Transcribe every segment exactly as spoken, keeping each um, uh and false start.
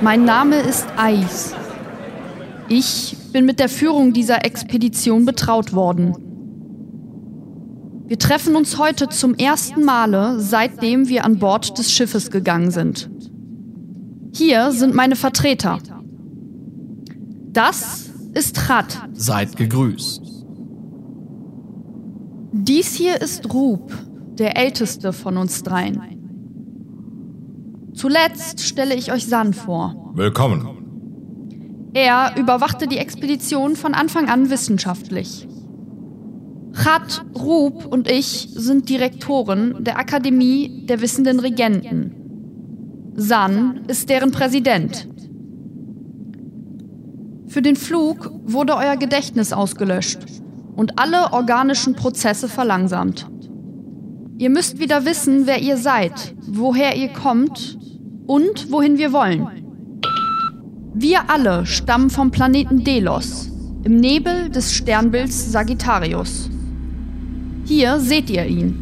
Mein Name ist Ais. Ich bin mit der Führung dieser Expedition betraut worden. Wir treffen uns heute zum ersten Male, seitdem wir an Bord des Schiffes gegangen sind. Hier sind meine Vertreter. Das ist Chat. Seid gegrüßt. Dies hier ist Rub, der älteste von uns dreien. Zuletzt stelle ich euch San vor. Willkommen. Er überwachte die Expedition von Anfang an wissenschaftlich. Chat, Rub und ich sind Direktoren der Akademie der Wissenden Regenten. San ist deren Präsident. Für den Flug wurde euer Gedächtnis ausgelöscht und alle organischen Prozesse verlangsamt. Ihr müsst wieder wissen, wer ihr seid, woher ihr kommt und wohin wir wollen. Wir alle stammen vom Planeten Delos, im Nebel des Sternbilds Sagittarius. Hier seht ihr ihn.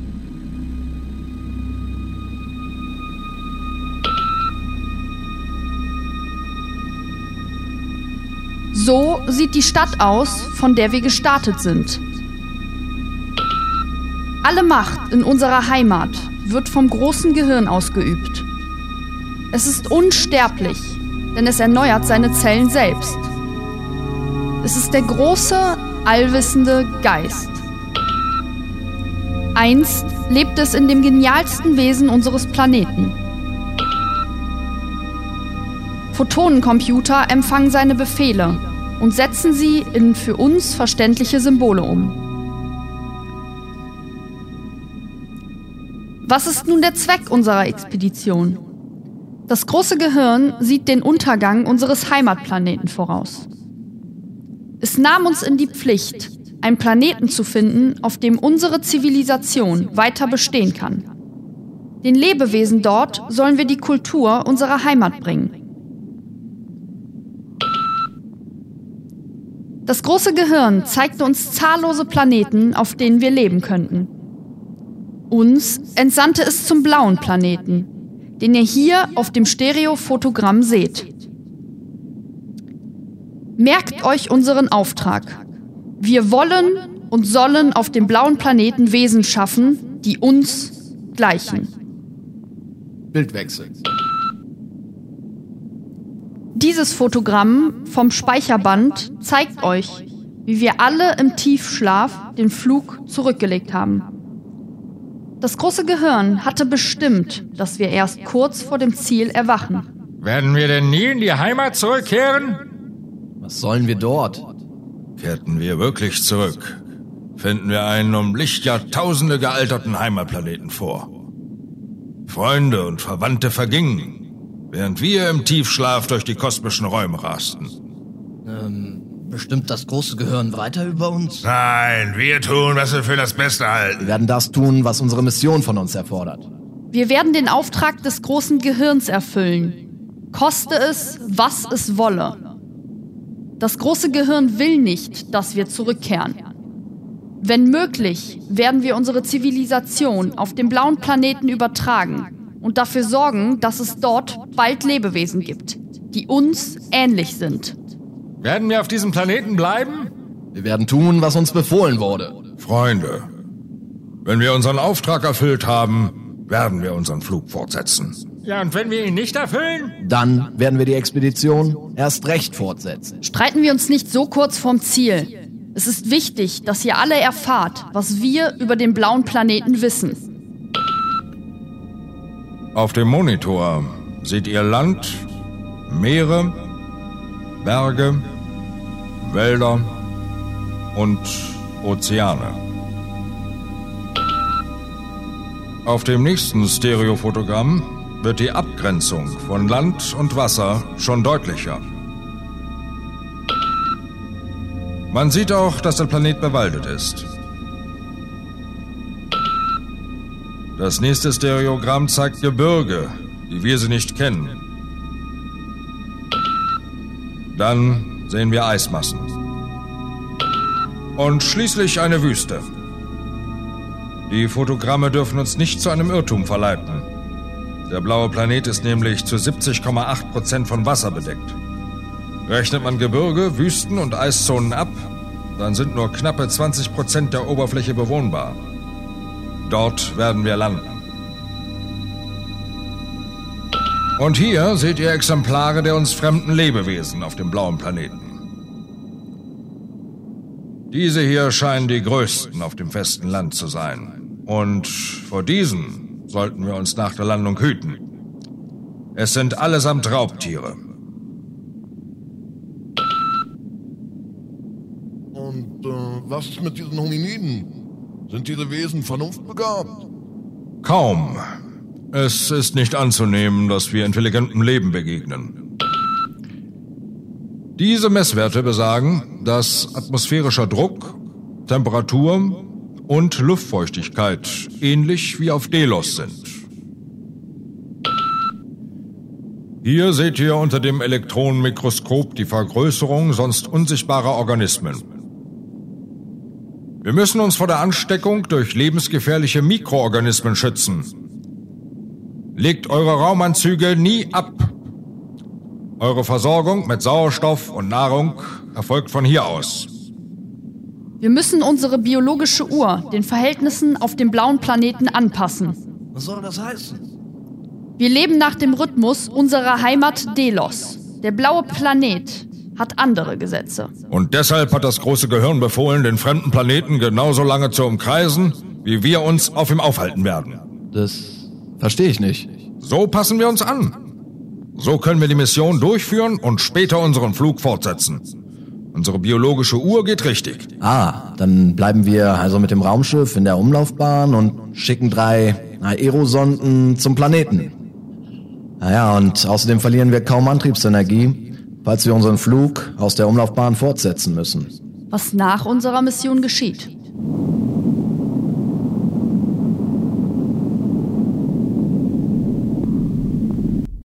So sieht die Stadt aus, von der wir gestartet sind. Alle Macht in unserer Heimat wird vom großen Gehirn ausgeübt. Es ist unsterblich, denn es erneuert seine Zellen selbst. Es ist der große, allwissende Geist. Einst lebt es in dem genialsten Wesen unseres Planeten. Photonencomputer empfangen seine Befehle und setzen sie in für uns verständliche Symbole um. Was ist nun der Zweck unserer Expedition? Das große Gehirn sieht den Untergang unseres Heimatplaneten voraus. Es nahm uns in die Pflicht, einen Planeten zu finden, auf dem unsere Zivilisation weiter bestehen kann. Den Lebewesen dort sollen wir die Kultur unserer Heimat bringen. Das große Gehirn zeigte uns zahllose Planeten, auf denen wir leben könnten. Uns entsandte es zum blauen Planeten, den ihr hier auf dem Stereofotogramm seht. Merkt euch unseren Auftrag. Wir wollen und sollen auf dem blauen Planeten Wesen schaffen, die uns gleichen. Bildwechsel. Dieses Fotogramm vom Speicherband zeigt euch, wie wir alle im Tiefschlaf den Flug zurückgelegt haben. Das große Gehirn hatte bestimmt, dass wir erst kurz vor dem Ziel erwachen. Werden wir denn nie in die Heimat zurückkehren? Was sollen wir dort? Kehrten wir wirklich zurück, finden wir einen um Lichtjahrtausende gealterten Heimatplaneten vor. Freunde und Verwandte vergingen, während wir im Tiefschlaf durch die kosmischen Räume rasten. Ähm, bestimmt das große Gehirn weiter über uns? Nein, wir tun, was wir für das Beste halten. Wir werden das tun, was unsere Mission von uns erfordert. Wir werden den Auftrag des großen Gehirns erfüllen, koste es, was es wolle. Das große Gehirn will nicht, dass wir zurückkehren. Wenn möglich, werden wir unsere Zivilisation auf dem blauen Planeten übertragen und dafür sorgen, dass es dort bald Lebewesen gibt, die uns ähnlich sind. Werden wir auf diesem Planeten bleiben? Wir werden tun, was uns befohlen wurde. Freunde, wenn wir unseren Auftrag erfüllt haben, werden wir unseren Flug fortsetzen. Ja, und wenn wir ihn nicht erfüllen? Dann werden wir die Expedition erst recht fortsetzen. Streiten wir uns nicht so kurz vorm Ziel. Es ist wichtig, dass ihr alle erfahrt, was wir über den blauen Planeten wissen. Auf dem Monitor seht ihr Land, Meere, Berge, Wälder und Ozeane. Auf dem nächsten Stereofotogramm wird die Abgrenzung von Land und Wasser schon deutlicher. Man sieht auch, dass der Planet bewaldet ist. Das nächste Stereogramm zeigt Gebirge, wie wir sie nicht kennen. Dann sehen wir Eismassen. Und schließlich eine Wüste. Die Fotogramme dürfen uns nicht zu einem Irrtum verleiten. Der blaue Planet ist nämlich zu siebzig Komma acht Prozent von Wasser bedeckt. Rechnet man Gebirge, Wüsten und Eiszonen ab, dann sind nur knappe zwanzig Prozent der Oberfläche bewohnbar. Dort werden wir landen. Und hier seht ihr Exemplare der uns fremden Lebewesen auf dem blauen Planeten. Diese hier scheinen die größten auf dem festen Land zu sein. Und vor diesen sollten wir uns nach der Landung hüten. Es sind allesamt Raubtiere. Und äh, was ist mit diesen Hominiden? Sind diese Wesen vernunftbegabt? Kaum. Es ist nicht anzunehmen, dass wir intelligentem Leben begegnen. Diese Messwerte besagen, dass atmosphärischer Druck, Temperatur und Luftfeuchtigkeit ähnlich wie auf Delos sind. Hier seht ihr unter dem Elektronenmikroskop die Vergrößerung sonst unsichtbarer Organismen. Wir müssen uns vor der Ansteckung durch lebensgefährliche Mikroorganismen schützen. Legt eure Raumanzüge nie ab. Eure Versorgung mit Sauerstoff und Nahrung erfolgt von hier aus. Wir müssen unsere biologische Uhr den Verhältnissen auf dem blauen Planeten anpassen. Was soll das heißen? Wir leben nach dem Rhythmus unserer Heimat Delos. Der blaue Planet hat andere Gesetze. Und deshalb hat das große Gehirn befohlen, den fremden Planeten genauso lange zu umkreisen, wie wir uns auf ihm aufhalten werden. Das verstehe ich nicht. So passen wir uns an. So können wir die Mission durchführen und später unseren Flug fortsetzen. Unsere biologische Uhr geht richtig. Ah, dann bleiben wir also mit dem Raumschiff in der Umlaufbahn und schicken drei Aerosonden zum Planeten. Naja, und außerdem verlieren wir kaum Antriebsenergie, falls wir unseren Flug aus der Umlaufbahn fortsetzen müssen. Was nach unserer Mission geschieht.